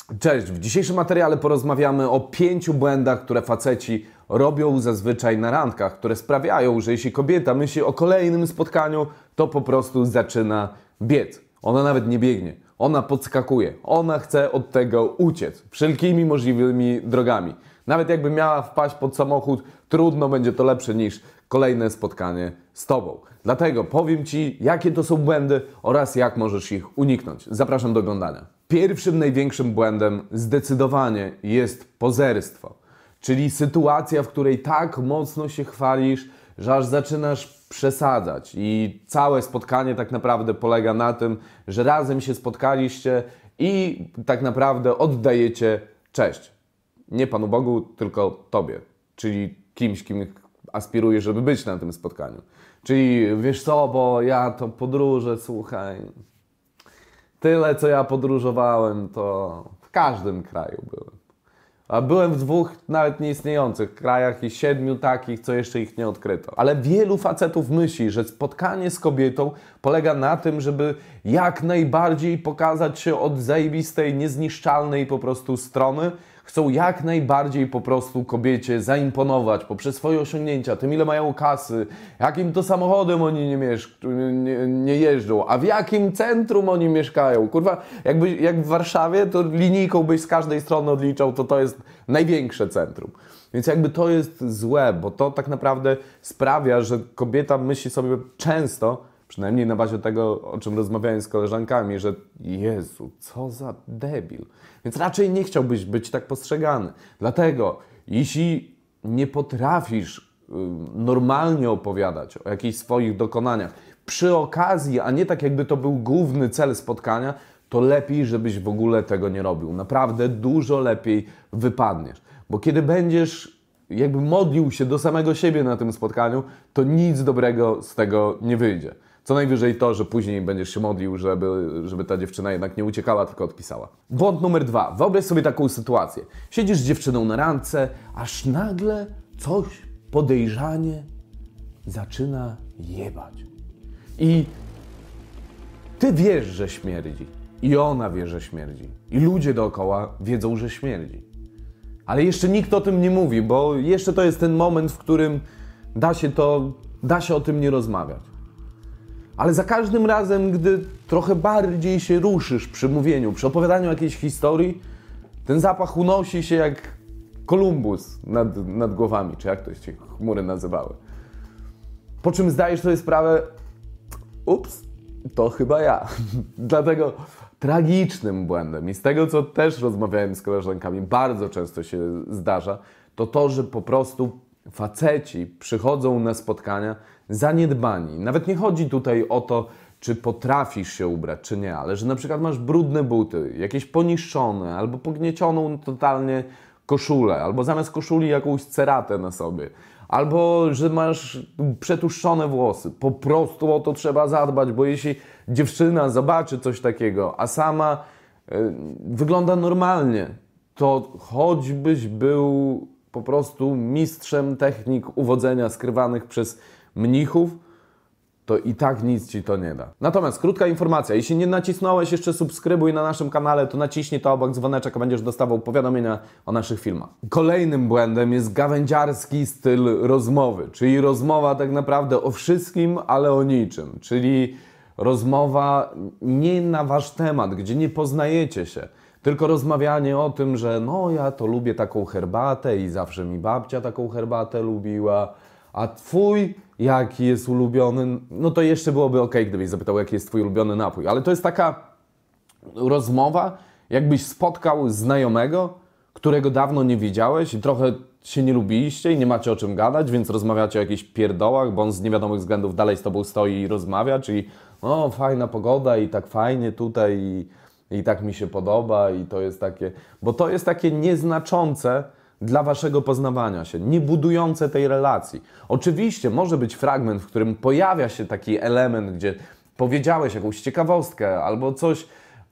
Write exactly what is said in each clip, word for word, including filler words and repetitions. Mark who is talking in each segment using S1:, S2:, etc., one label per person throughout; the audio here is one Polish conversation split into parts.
S1: Cześć, w dzisiejszym materiale porozmawiamy o pięciu błędach, które faceci robią zazwyczaj na randkach, które sprawiają, że jeśli kobieta myśli o kolejnym spotkaniu, to po prostu zaczyna biec. Ona nawet nie biegnie, ona podskakuje, ona chce od tego uciec wszelkimi możliwymi drogami. Nawet jakby miała wpaść pod samochód, trudno, będzie to lepsze niż kolejne spotkanie z Tobą. Dlatego powiem Ci, jakie to są błędy oraz jak możesz ich uniknąć. Zapraszam do oglądania. Pierwszym największym błędem zdecydowanie jest pozerstwo, czyli sytuacja, w której tak mocno się chwalisz, że aż zaczynasz przesadzać i całe spotkanie tak naprawdę polega na tym, że razem się spotkaliście i tak naprawdę oddajecie cześć. Nie Panu Bogu, tylko Tobie, czyli kimś, kim aspirujesz, żeby być na tym spotkaniu. Czyli wiesz co, bo ja to podróże, słuchaj, tyle co ja podróżowałem, to w każdym kraju byłem. A byłem w dwóch nawet nieistniejących krajach i siedmiu takich, co jeszcze ich nie odkryto. Ale wielu facetów myśli, że spotkanie z kobietą polega na tym, żeby jak najbardziej pokazać się od zajebistej, niezniszczalnej po prostu strony. Chcą jak najbardziej po prostu kobiecie zaimponować poprzez swoje osiągnięcia, tym ile mają kasy, jakim to samochodem oni nie, mieszk- nie, nie jeżdżą, a w jakim centrum oni mieszkają. Kurwa, jakby, jak w Warszawie, to linijką byś z każdej strony odliczał, to to jest największe centrum. Więc jakby to jest złe, bo to tak naprawdę sprawia, że kobieta myśli sobie często, przynajmniej na bazie tego, o czym rozmawiałem z koleżankami, że Jezu, co za debil. Więc raczej nie chciałbyś być tak postrzegany. Dlatego, jeśli nie potrafisz y, normalnie opowiadać o jakichś swoich dokonaniach przy okazji, a nie tak jakby to był główny cel spotkania, to lepiej, żebyś w ogóle tego nie robił. Naprawdę dużo lepiej wypadniesz. Bo kiedy będziesz jakby modlił się do samego siebie na tym spotkaniu, to nic dobrego z tego nie wyjdzie. Co najwyżej to, że później będziesz się modlił, żeby, żeby ta dziewczyna jednak nie uciekała, tylko odpisała. Błąd numer dwa. Wyobraź sobie taką sytuację. Siedzisz z dziewczyną na randce, aż nagle coś podejrzanie zaczyna jebać. I ty wiesz, że śmierdzi. I ona wie, że śmierdzi. I ludzie dookoła wiedzą, że śmierdzi. Ale jeszcze nikt o tym nie mówi, bo jeszcze to jest ten moment, w którym da się to, da się o tym nie rozmawiać. Ale za każdym razem, gdy trochę bardziej się ruszysz przy mówieniu, przy opowiadaniu jakiejś historii, ten zapach unosi się jak Kolumbus nad, nad głowami, czy jak to się chmury nazywały. Po czym zdajesz sobie sprawę, ups, to chyba ja. Dlatego tragicznym błędem i z tego, co też rozmawiałem z koleżankami, bardzo często się zdarza, to to, że po prostu faceci przychodzą na spotkania zaniedbani. Nawet nie chodzi tutaj o to, czy potrafisz się ubrać, czy nie, ale że na przykład masz brudne buty, jakieś poniszczone, albo pogniecioną totalnie koszulę, albo zamiast koszuli jakąś ceratę na sobie, albo że masz przetłuszczone włosy. Po prostu o to trzeba zadbać, bo jeśli dziewczyna zobaczy coś takiego, a sama y, wygląda normalnie, to choćbyś był po prostu mistrzem technik uwodzenia skrywanych przez mnichów, to i tak nic Ci to nie da. Natomiast krótka informacja, jeśli nie nacisnąłeś jeszcze subskrybuj na naszym kanale, to naciśnij to obok dzwoneczek, a będziesz dostawał powiadomienia o naszych filmach. Kolejnym błędem jest gawędziarski styl rozmowy, czyli rozmowa tak naprawdę o wszystkim, ale o niczym, czyli rozmowa nie na Wasz temat, gdzie nie poznajecie się, tylko rozmawianie o tym, że no ja to lubię taką herbatę i zawsze mi babcia taką herbatę lubiła, a Twój jaki jest ulubiony, no to jeszcze byłoby ok, gdybyś zapytał, jaki jest Twój ulubiony napój. Ale to jest taka rozmowa, jakbyś spotkał znajomego, którego dawno nie widziałeś i trochę się nie lubiliście i nie macie o czym gadać, więc rozmawiacie o jakichś pierdołach, bo on z niewiadomych względów dalej z Tobą stoi i rozmawia, czyli no fajna pogoda i tak fajnie tutaj i, i tak mi się podoba i to jest takie, bo to jest takie nieznaczące dla Waszego poznawania się, nie budujące tej relacji. Oczywiście może być fragment, w którym pojawia się taki element, gdzie powiedziałeś jakąś ciekawostkę albo coś,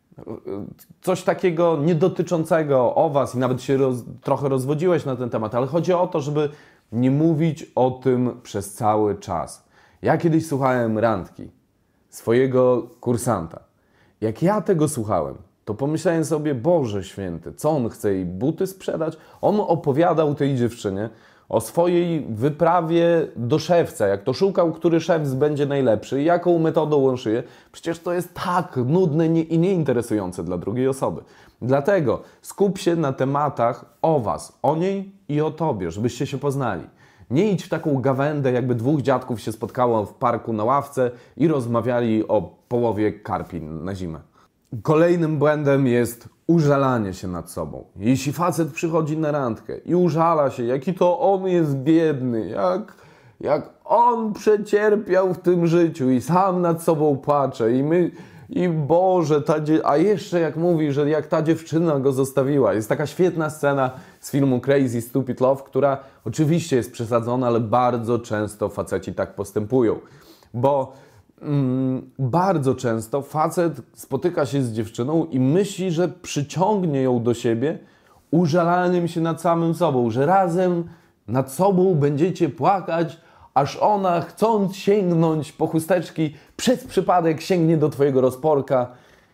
S1: coś takiego niedotyczącego o Was i nawet się roz, trochę rozwodziłeś na ten temat, ale chodzi o to, żeby nie mówić o tym przez cały czas. Ja kiedyś słuchałem randki swojego kursanta. Jak ja tego słuchałem, to pomyślałem sobie, Boże Święty, co on chce jej buty sprzedać? On opowiadał tej dziewczynie o swojej wyprawie do szewca, jak to szukał, który szewc będzie najlepszy i jaką metodą on szyje. Przecież to jest tak nudne i nieinteresujące dla drugiej osoby. Dlatego skup się na tematach o was, o niej i o tobie, żebyście się poznali. Nie idź w taką gawędę, jakby dwóch dziadków się spotkało w parku na ławce i rozmawiali o połowie karpi na zimę. Kolejnym błędem jest użalanie się nad sobą. Jeśli facet przychodzi na randkę i użala się, jaki to on jest biedny, jak, jak on przecierpiał w tym życiu i sam nad sobą płacze i my, i Boże, ta dzie- a jeszcze jak mówi, że jak ta dziewczyna go zostawiła. Jest taka świetna scena z filmu Crazy Stupid Love, która oczywiście jest przesadzona, ale bardzo często faceci tak postępują, bo Mm, bardzo często facet spotyka się z dziewczyną i myśli, że przyciągnie ją do siebie użalaniem się nad samym sobą, że razem nad sobą będziecie płakać, aż ona, chcąc sięgnąć po chusteczki, przez przypadek sięgnie do twojego rozporka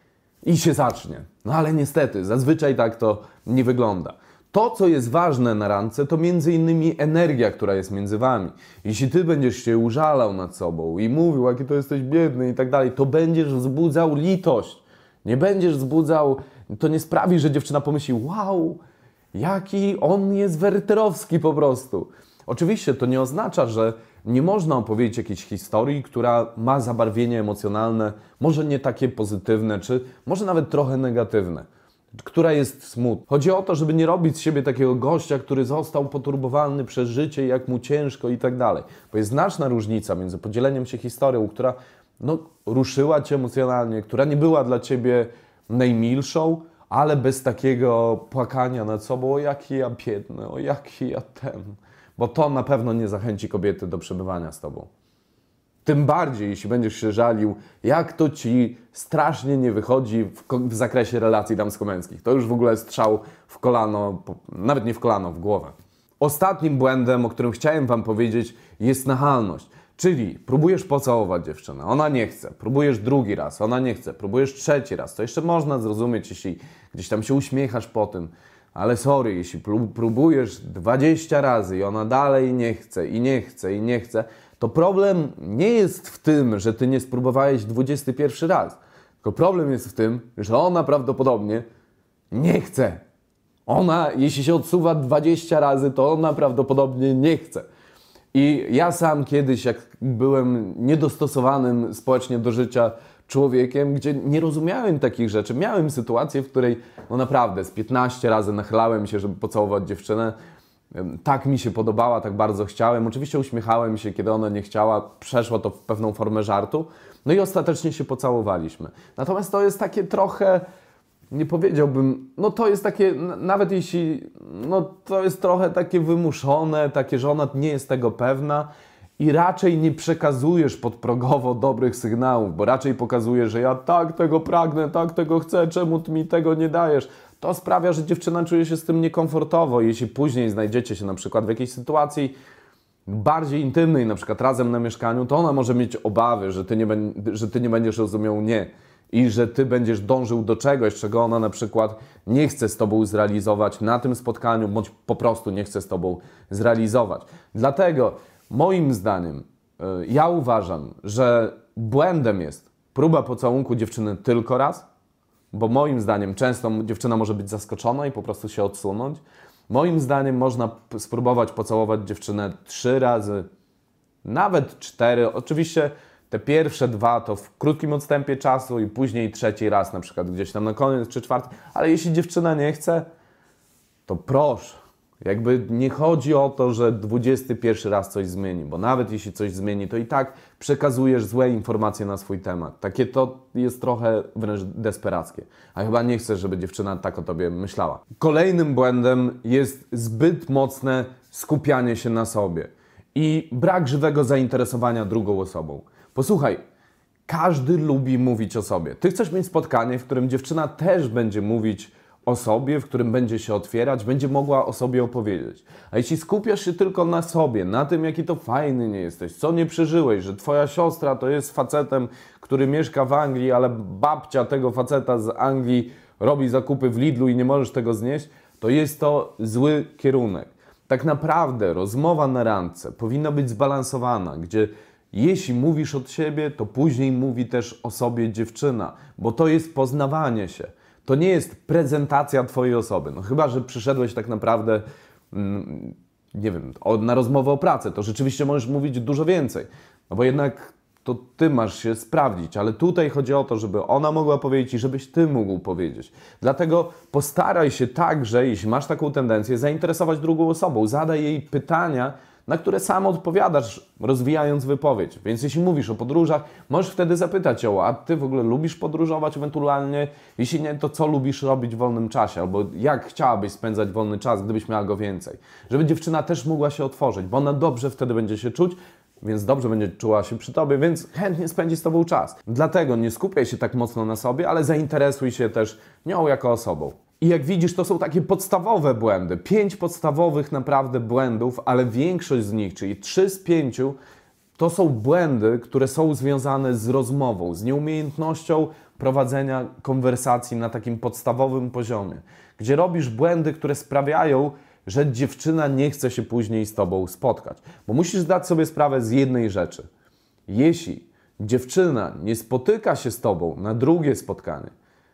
S1: i się zacznie. No ale niestety, zazwyczaj tak to nie wygląda. To, co jest ważne na randce, to między innymi energia, która jest między wami. Jeśli ty będziesz się użalał nad sobą i mówił, jaki to jesteś biedny i tak dalej, to będziesz wzbudzał litość. Nie będziesz wzbudzał, to nie sprawi, że dziewczyna pomyśli, wow, jaki on jest werterowski po prostu. Oczywiście to nie oznacza, że nie można opowiedzieć jakiejś historii, która ma zabarwienie emocjonalne, może nie takie pozytywne, czy może nawet trochę negatywne, która jest smutna. Chodzi o to, żeby nie robić z siebie takiego gościa, który został poturbowany przez życie, jak mu ciężko i tak dalej. Bo jest znaczna różnica między podzieleniem się historią, która no, ruszyła cię emocjonalnie, która nie była dla ciebie najmilszą, ale bez takiego płakania nad sobą, o jaki ja biedny, o jaki ja ten. Bo to na pewno nie zachęci kobiety do przebywania z tobą. Tym bardziej, jeśli będziesz się żalił, jak to ci strasznie nie wychodzi w, w zakresie relacji damsko-męskich. To już w ogóle strzał w kolano, nawet nie w kolano, w głowę. Ostatnim błędem, o którym chciałem wam powiedzieć, jest nachalność. Czyli próbujesz pocałować dziewczynę, ona nie chce. Próbujesz drugi raz, ona nie chce. Próbujesz trzeci raz. To jeszcze można zrozumieć, jeśli gdzieś tam się uśmiechasz po tym. Ale sorry, jeśli próbujesz dwadzieścia razy i ona dalej nie chce, i nie chce, i nie chce, to problem nie jest w tym, że ty nie spróbowałeś dwudziesty pierwszy raz. Tylko problem jest w tym, że ona prawdopodobnie nie chce. Ona, jeśli się odsuwa dwadzieścia razy, to ona prawdopodobnie nie chce. I ja sam kiedyś, jak byłem niedostosowanym społecznie do życia człowiekiem, gdzie nie rozumiałem takich rzeczy, miałem sytuację, w której no naprawdę z piętnaście razy nachylałem się, żeby pocałować dziewczynę. Tak mi się podobała, tak bardzo chciałem. Oczywiście uśmiechałem się, kiedy ona nie chciała. Przeszło to w pewną formę żartu. No i ostatecznie się pocałowaliśmy. Natomiast to jest takie trochę, nie powiedziałbym, no to jest takie, nawet jeśli, no to jest trochę takie wymuszone, takie, że ona nie jest tego pewna i raczej nie przekazujesz podprogowo dobrych sygnałów, bo raczej pokazujesz, że ja tak tego pragnę, tak tego chcę, czemu ty mi tego nie dajesz. To sprawia, że dziewczyna czuje się z tym niekomfortowo. Jeśli później znajdziecie się na przykład w jakiejś sytuacji bardziej intymnej, na przykład razem na mieszkaniu, to ona może mieć obawy, że ty nie, że ty nie będziesz rozumiał nie i że ty będziesz dążył do czegoś, czego ona na przykład nie chce z tobą zrealizować na tym spotkaniu, bądź po prostu nie chce z tobą zrealizować. Dlatego moim zdaniem ja uważam, że błędem jest próba pocałunku dziewczyny tylko raz, bo moim zdaniem często dziewczyna może być zaskoczona i po prostu się odsunąć. Moim zdaniem można spróbować pocałować dziewczynę trzy razy, nawet cztery. Oczywiście te pierwsze dwa to w krótkim odstępie czasu i później trzeci raz na przykład gdzieś tam na koniec czy czwarty. Ale jeśli dziewczyna nie chce, to proszę. Jakby nie chodzi o to, że dwudziesty pierwszy raz coś zmieni, bo nawet jeśli coś zmieni, to i tak przekazujesz złe informacje na swój temat. Takie to jest trochę wręcz desperackie. A chyba nie chcesz, żeby dziewczyna tak o tobie myślała. Kolejnym błędem jest zbyt mocne skupianie się na sobie i brak żywego zainteresowania drugą osobą. Posłuchaj, każdy lubi mówić o sobie. Ty chcesz mieć spotkanie, w którym dziewczyna też będzie mówić o sobie, w którym będzie się otwierać, będzie mogła o sobie opowiedzieć. A jeśli skupiasz się tylko na sobie, na tym, jaki to fajny nie jesteś, co nie przeżyłeś, że twoja siostra to jest facetem, który mieszka w Anglii, ale babcia tego faceta z Anglii robi zakupy w Lidlu i nie możesz tego znieść, to jest to zły kierunek. Tak naprawdę rozmowa na randce powinna być zbalansowana, gdzie jeśli mówisz od siebie, to później mówi też o sobie dziewczyna, bo to jest poznawanie się. To nie jest prezentacja twojej osoby. No chyba że przyszedłeś tak naprawdę, mm, nie wiem, o, na rozmowę o pracę, to rzeczywiście możesz mówić dużo więcej. No bo jednak to ty masz się sprawdzić, ale tutaj chodzi o to, żeby ona mogła powiedzieć i żebyś ty mógł powiedzieć. Dlatego postaraj się także, jeśli masz taką tendencję, zainteresować drugą osobą. Zadaj jej pytania, na które sam odpowiadasz, rozwijając wypowiedź. Więc jeśli mówisz o podróżach, możesz wtedy zapytać ją, a ty w ogóle lubisz podróżować ewentualnie? Jeśli nie, to co lubisz robić w wolnym czasie? Albo jak chciałabyś spędzać wolny czas, gdybyś miała go więcej? Żeby dziewczyna też mogła się otworzyć, bo ona dobrze wtedy będzie się czuć, więc dobrze będzie czuła się przy tobie, więc chętnie spędzi z tobą czas. Dlatego nie skupiaj się tak mocno na sobie, ale zainteresuj się też nią jako osobą. I jak widzisz, to są takie podstawowe błędy. Pięć podstawowych naprawdę błędów, ale większość z nich, czyli trzy z pięciu, to są błędy, które są związane z rozmową, z nieumiejętnością prowadzenia konwersacji na takim podstawowym poziomie, gdzie robisz błędy, które sprawiają, że dziewczyna nie chce się później z tobą spotkać. Bo musisz zdać sobie sprawę z jednej rzeczy. Jeśli dziewczyna nie spotyka się z tobą na drugie spotkanie,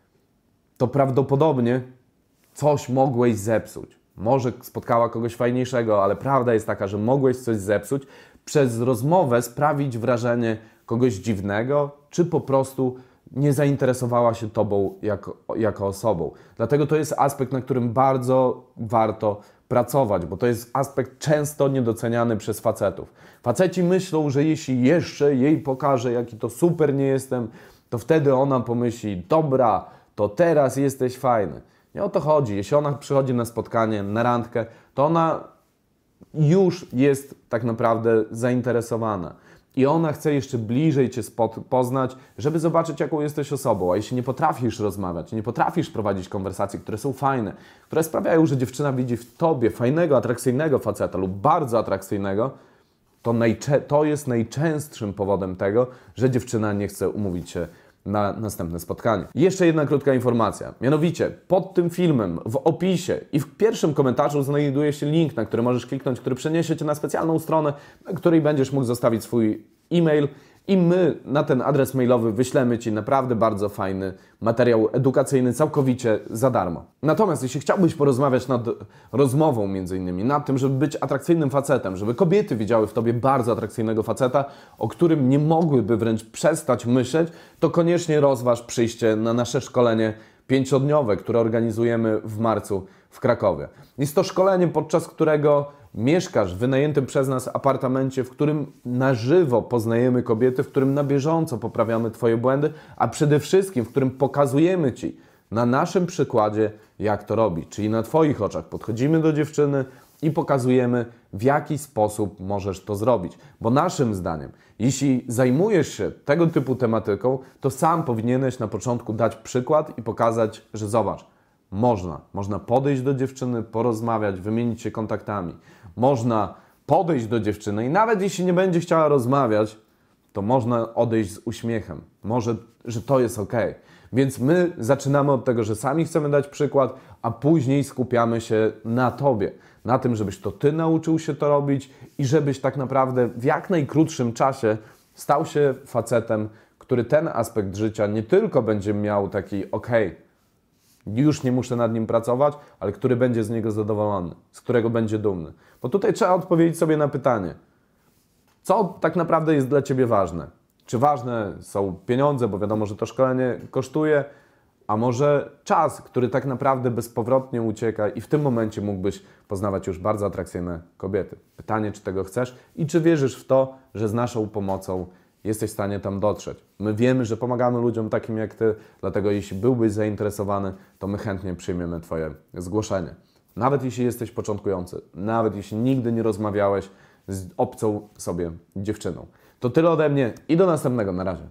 S1: to prawdopodobnie coś mogłeś zepsuć. Może spotkała kogoś fajniejszego, ale prawda jest taka, że mogłeś coś zepsuć, przez rozmowę sprawić wrażenie kogoś dziwnego, czy po prostu nie zainteresowała się tobą jako, jako osobą. Dlatego to jest aspekt, na którym bardzo warto pracować, bo to jest aspekt często niedoceniany przez facetów. Faceci myślą, że jeśli jeszcze jej pokażę, jaki to super nie jestem, to wtedy ona pomyśli, dobra, to teraz jesteś fajny. Nie o to chodzi. Jeśli ona przychodzi na spotkanie, na randkę, to ona już jest tak naprawdę zainteresowana. I ona chce jeszcze bliżej Cię poznać, żeby zobaczyć, jaką jesteś osobą. A jeśli nie potrafisz rozmawiać, nie potrafisz prowadzić konwersacji, które są fajne, które sprawiają, że dziewczyna widzi w Tobie fajnego, atrakcyjnego faceta lub bardzo atrakcyjnego, to, to jest najczęstszym powodem tego, że dziewczyna nie chce umówić się na następne spotkanie. I jeszcze jedna krótka informacja. Mianowicie, pod tym filmem, w opisie i w pierwszym komentarzu znajduje się link, na który możesz kliknąć, który przeniesie Cię na specjalną stronę, na której będziesz mógł zostawić swój e-mail i my na ten adres mailowy wyślemy Ci naprawdę bardzo fajny materiał edukacyjny całkowicie za darmo. Natomiast jeśli chciałbyś porozmawiać nad rozmową między innymi, nad tym, żeby być atrakcyjnym facetem, żeby kobiety widziały w Tobie bardzo atrakcyjnego faceta, o którym nie mogłyby wręcz przestać myśleć, to koniecznie rozważ przyjście na nasze szkolenie pięciodniowe, które organizujemy w marcu w Krakowie. Jest to szkolenie, podczas którego mieszkasz w wynajętym przez nas apartamencie, w którym na żywo poznajemy kobiety, w którym na bieżąco poprawiamy Twoje błędy, a przede wszystkim w którym pokazujemy Ci na naszym przykładzie, jak to robić. Czyli na Twoich oczach podchodzimy do dziewczyny i pokazujemy, w jaki sposób możesz to zrobić. Bo naszym zdaniem, jeśli zajmujesz się tego typu tematyką, to sam powinieneś na początku dać przykład i pokazać, że zobacz, można. Można podejść do dziewczyny, porozmawiać, wymienić się kontaktami. Można podejść do dziewczyny i nawet jeśli nie będzie chciała rozmawiać, to można odejść z uśmiechem. Może, że to jest ok. Więc my zaczynamy od tego, że sami chcemy dać przykład, a później skupiamy się na Tobie. Na tym, żebyś to Ty nauczył się to robić i żebyś tak naprawdę w jak najkrótszym czasie stał się facetem, który ten aspekt życia nie tylko będzie miał taki ok, już nie muszę nad nim pracować, ale który będzie z niego zadowolony, z którego będzie dumny. Bo tutaj trzeba odpowiedzieć sobie na pytanie, co tak naprawdę jest dla Ciebie ważne? Czy ważne są pieniądze, bo wiadomo, że to szkolenie kosztuje, a może czas, który tak naprawdę bezpowrotnie ucieka i w tym momencie mógłbyś poznawać już bardzo atrakcyjne kobiety. Pytanie, czy tego chcesz i czy wierzysz w to, że z naszą pomocą jesteś w stanie tam dotrzeć. My wiemy, że pomagamy ludziom takim jak Ty, dlatego jeśli byłbyś zainteresowany, to my chętnie przyjmiemy Twoje zgłoszenie. Nawet jeśli jesteś początkujący, nawet jeśli nigdy nie rozmawiałeś z obcą sobie dziewczyną. To tyle ode mnie i do następnego. Na razie.